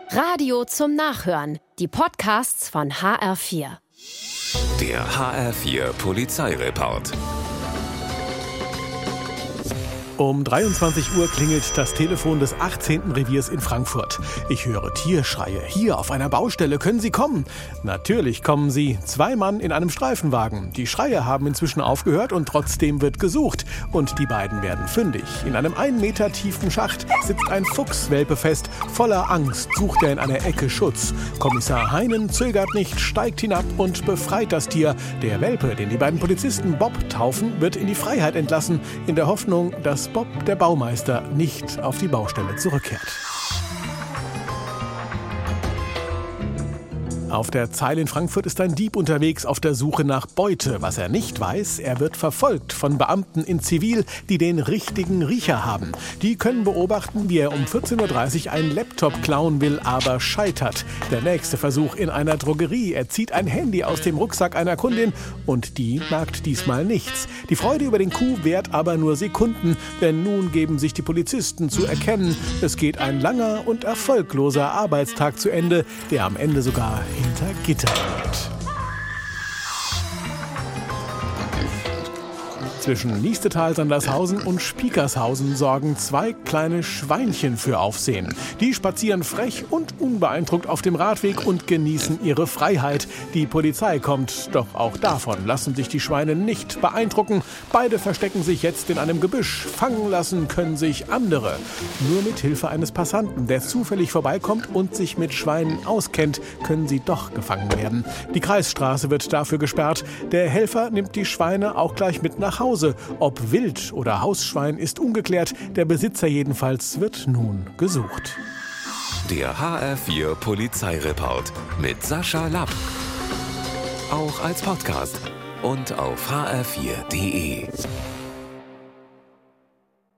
Radio zum Nachhören. Die Podcasts von HR4. Der HR4 Polizeireport. Um 23 Uhr klingelt das Telefon des 18. Reviers in Frankfurt. Ich höre Tierschreie. Hier auf einer Baustelle. Können Sie kommen? Natürlich kommen sie. 2 Mann in einem Streifenwagen. Die Schreie haben inzwischen aufgehört und trotzdem wird gesucht. Und die beiden werden fündig. In einem 1 Meter tiefen Schacht sitzt ein Fuchswelpe fest. Voller Angst sucht er in einer Ecke Schutz. Kommissar Heinen zögert nicht, steigt hinab und befreit das Tier. Der Welpe, den die beiden Polizisten Bob taufen, wird in die Freiheit entlassen, in der Hoffnung, dass Bob, der Baumeister, nicht auf die Baustelle zurückkehrt. Auf der Zeil in Frankfurt ist ein Dieb unterwegs auf der Suche nach Beute. Was er nicht weiß, er wird verfolgt von Beamten in Zivil, die den richtigen Riecher haben. Die können beobachten, wie er um 14.30 Uhr einen Laptop klauen will, aber scheitert. Der nächste Versuch in einer Drogerie. Er zieht ein Handy aus dem Rucksack einer Kundin und die merkt diesmal nichts. Die Freude über den Coup währt aber nur Sekunden, denn nun geben sich die Polizisten zu erkennen. Es geht ein langer und erfolgloser Arbeitstag zu Ende, der am Ende sogar hinter Gitter liegt. Zwischen Niestetal, Sandershausen und Spiekershausen sorgen 2 kleine Schweinchen für Aufsehen. Die spazieren frech und unbeeindruckt auf dem Radweg und genießen ihre Freiheit. Die Polizei kommt, doch auch davon lassen sich die Schweine nicht beeindrucken. Beide verstecken sich jetzt in einem Gebüsch. Fangen lassen können sich andere. Nur mit Hilfe eines Passanten, der zufällig vorbeikommt und sich mit Schweinen auskennt, können sie doch gefangen werden. Die Kreisstraße wird dafür gesperrt. Der Helfer nimmt die Schweine auch gleich mit nach Hause. Ob Wild- oder Hausschwein ist ungeklärt. Der Besitzer jedenfalls wird nun gesucht. Der HR4 Polizeireport mit Sascha Lapp. Auch als Podcast und auf hr4.de.